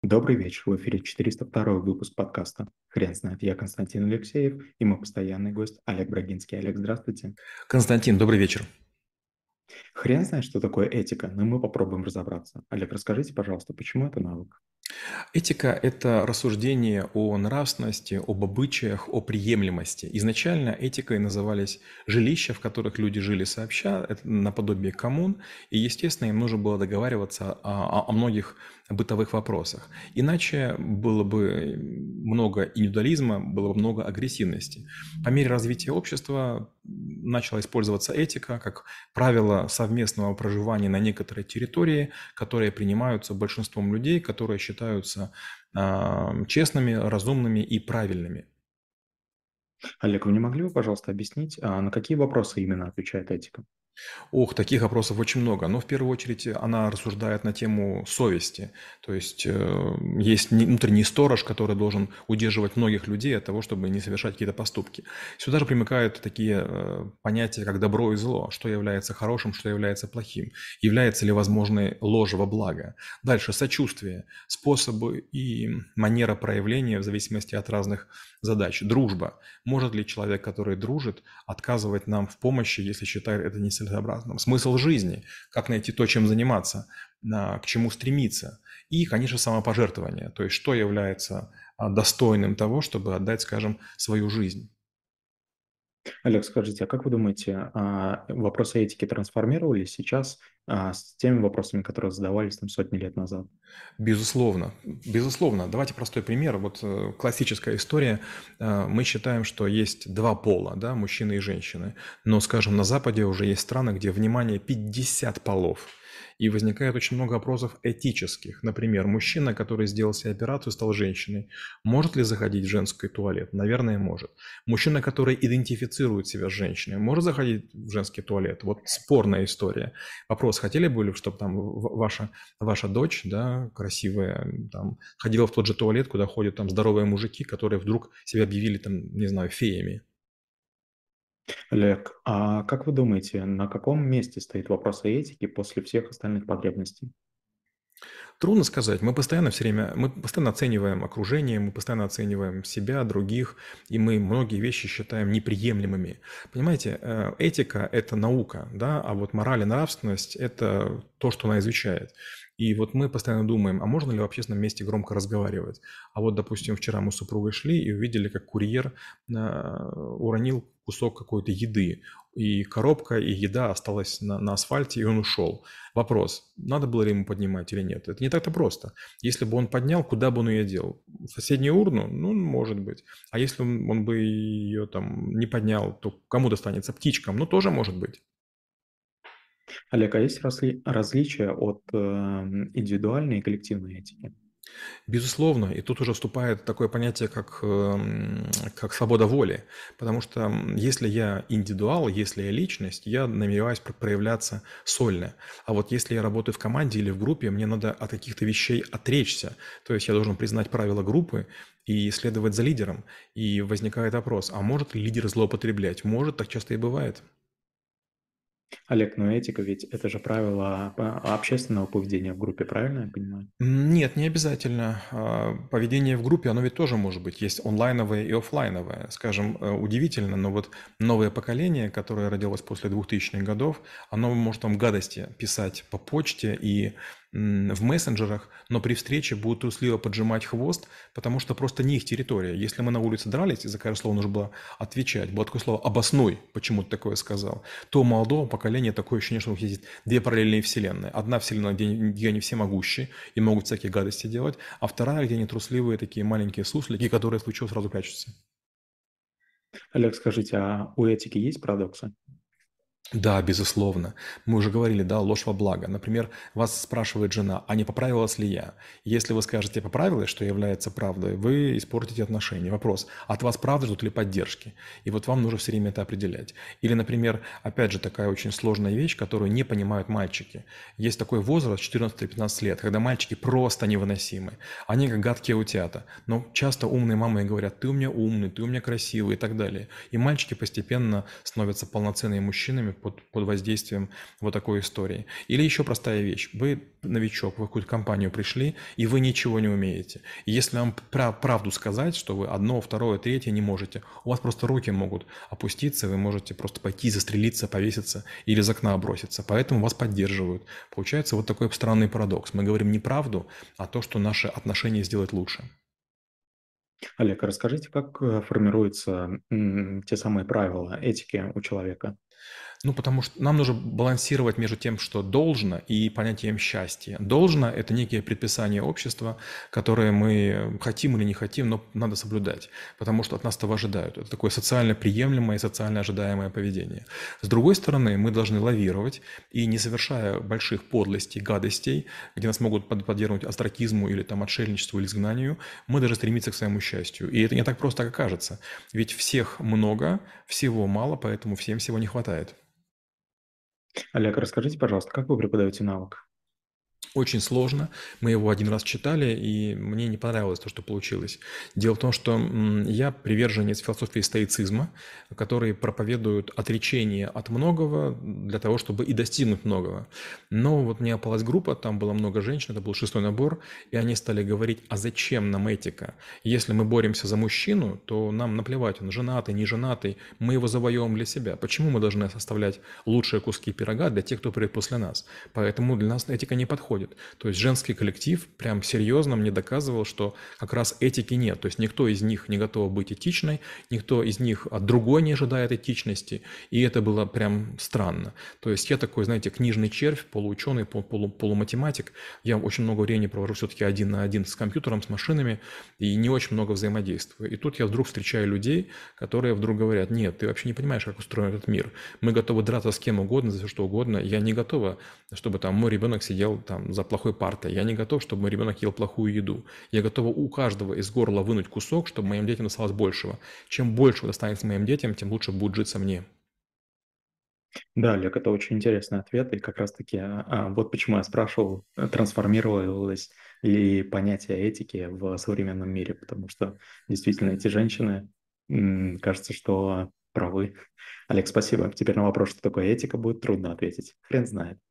Добрый вечер, в эфире 402 выпуск подкаста. Хрен знает, я Константин Алексеев и мой постоянный гость Олег Брагинский. Олег, здравствуйте. Константин, добрый вечер. Хрен знает, что такое этика, но мы попробуем разобраться. Олег, расскажите, пожалуйста, почему это навык? Этика– это рассуждение о нравственности, об обычаях, о приемлемости. Изначально этикой назывались жилища, в которых люди жили сообща, это наподобие коммун, и, естественно, им нужно было договариваться о многих бытовых вопросах. Иначе было бы много индивидуализма, было бы много агрессивности. По мере развития общества начала использоваться этика как правило совместного проживания на некоторой территории, которые принимаются большинством людей, которые считаются честными, разумными и правильными. Олег, вы не могли бы, пожалуйста, объяснить, на какие вопросы именно отвечает этика? Ох, таких вопросов очень много. Но в первую очередь она рассуждает на тему совести. То есть есть внутренний сторож, который должен удерживать многих людей от того, чтобы не совершать какие-то поступки. Сюда же примыкают такие понятия, как добро и зло. Что является хорошим, что является плохим. Является ли возможной ложь во благо. Дальше сочувствие, способы и манера проявления в зависимости от разных задач. Дружба. Может ли человек, который дружит, отказывать нам в помощи, если считает это нецелесообразным? Смысл жизни, как найти то, чем заниматься, к чему стремиться. И, конечно, самопожертвование, то есть что является достойным того, чтобы отдать, скажем, свою жизнь. Олег, скажите, а как вы думаете, вопросы этики трансформировались сейчас с теми вопросами, которые задавались там сотни лет назад? Безусловно, безусловно. Давайте простой пример. Вот классическая история. Мы считаем, что есть два пола, да, мужчины и женщины. Но, скажем, на Западе уже есть страны, где, внимание, 50 полов. И возникает очень много вопросов этических. Например, мужчина, который сделал себе операцию, стал женщиной. Может ли заходить в женский туалет? Наверное, может. Мужчина, который идентифицирует себя с женщиной, может заходить в женский туалет? Вот спорная история. Вопрос, хотели бы ли, чтобы там ваша дочь, да, красивая, там, ходила в тот же туалет, куда ходят там здоровые мужики, которые вдруг себя объявили там, не знаю, феями. Олег, а как вы думаете, на каком месте стоит вопрос о этике после всех остальных потребностей? Трудно сказать. Мы постоянно оцениваем окружение, мы постоянно оцениваем себя, других, и мы многие вещи считаем неприемлемыми. Понимаете, этика– это наука, да, а вот мораль и нравственность– это то, что она изучает. И вот мы постоянно думаем, а можно ли в общественном месте громко разговаривать? А вот, допустим, вчера мы с супругой шли и увидели, как курьер уронил кусок какой-то еды, и коробка, и еда осталась на асфальте, и он ушел. Вопрос, надо было ли ему поднимать или нет? Это не так-то просто. Если бы он поднял, куда бы он ее дел? В соседнюю урну? Ну, может быть. А если он бы ее там не поднял, то кому достанется? Птичкам? Ну, тоже может быть. Олег, а есть различия от индивидуальной и коллективной этики? Безусловно, и тут уже вступает такое понятие, как свобода воли. Потому что если я индивидуал, если я личность, я намереваюсь проявляться сольно. А вот если я работаю в команде или в группе, мне надо от каких-то вещей отречься. То есть я должен признать правила группы и следовать за лидером. И возникает вопрос, а может ли лидер злоупотреблять? Может, так часто и бывает. Олег, но этика ведь это же правило общественного поведения в группе, правильно я понимаю? Нет, не обязательно. Поведение в группе, оно ведь тоже может быть. Есть онлайновое и оффлайновое. Скажем, удивительно, но вот новое поколение, которое родилось после 2000-х годов, оно может вам гадости писать по почте и в мессенджерах, но при встрече будут трусливо поджимать хвост, потому что просто не их территория. Если мы на улице дрались, и за каждое слово нужно было отвечать, было такое слово «обоснуй», почему ты такое сказал, то у молодого поколения такое ощущение, что у них есть две параллельные вселенные. Одна вселенная, где они все могущие и могут всякие гадости делать, а вторая, где они трусливые такие маленькие суслики, которые в случае сразу прячутся. Олег, скажите, а у этики есть парадоксы? Да, безусловно. Мы уже говорили, да, ложь во благо. Например, вас спрашивает жена, а не поправилась ли я? Если вы скажете поправилась, что является правдой, вы испортите отношения. Вопрос, от вас правда ждут ли поддержки? И вот вам нужно все время это определять. Или, например, опять же, такая очень сложная вещь, которую не понимают мальчики. Есть такой возраст, 14-15 лет, когда мальчики просто невыносимы. Они как гадкие утята. Но часто умные мамы говорят, ты у меня умный, ты у меня красивый и так далее. И мальчики постепенно становятся полноценными мужчинами, под воздействием вот такой истории. Или еще простая вещь. Вы новичок, вы в какую-то компанию пришли, и вы ничего не умеете. И если вам правду сказать, что вы одно, второе, третье не можете, у вас просто руки могут опуститься, вы можете просто пойти застрелиться, повеситься или из окна броситься. Поэтому вас поддерживают. Получается вот такой странный парадокс. Мы говорим не правду, а то, что наши отношения сделать лучше. Олег, а расскажите, как формируются те самые правила этики у человека? Ну, потому что нам нужно балансировать между тем, что должно, и понятием счастья. Должно – это некие предписания общества, которые мы хотим или не хотим, но надо соблюдать, потому что от нас этого ожидают. Это такое социально приемлемое и социально ожидаемое поведение. С другой стороны, мы должны лавировать и, не совершая больших подлостей, гадостей, где нас могут подвергнуть остракизму или там отшельничеству или изгнанию, мы должны стремиться к своему счастью. И это не так просто, как кажется. Ведь всех много, всего мало, поэтому всем всего не хватает. Олег, расскажите, пожалуйста, как вы преподаете навык? Очень сложно. Мы его один раз читали, и мне не понравилось то, что получилось. Дело в том, что я приверженец философии стоицизма, который проповедует отречение от многого для того, чтобы и достигнуть многого. Но вот мне попалась группа, там было много женщин, это был шестой набор, и они стали говорить, а зачем нам этика? Если мы боремся за мужчину, то нам наплевать, он женатый, не женатый, мы его завоевываем для себя. Почему мы должны оставлять лучшие куски пирога для тех, кто придет после нас? Поэтому для нас этика не подходит. То есть женский коллектив прям серьезно мне доказывал, что как раз этики нет. То есть никто из них не готов быть этичной, никто из них от другой не ожидает этичности. И это было прям странно. То есть я такой, знаете, книжный червь, полуученый, полуматематик. Я очень много времени провожу все-таки один на один с компьютером, с машинами, и не очень много взаимодействую. И тут я вдруг встречаю людей, которые вдруг говорят, нет, ты вообще не понимаешь, как устроен этот мир. Мы готовы драться с кем угодно, за все что угодно. Я не готова, чтобы там мой ребенок сидел там за плохой партой. Я не готов, чтобы мой ребенок ел плохую еду. Я готова у каждого из горла вынуть кусок, чтобы моим детям досталось большего. Чем больше достанется моим детям, тем лучше будет житься мне. Да, Олег, это очень интересный ответ, и как раз-таки вот почему я спрашивал, трансформировалось ли понятие этики в современном мире, потому что действительно эти женщины, кажется, что правы. Олег, спасибо. Теперь на вопрос, что такое этика, будет трудно ответить. Хрен знает.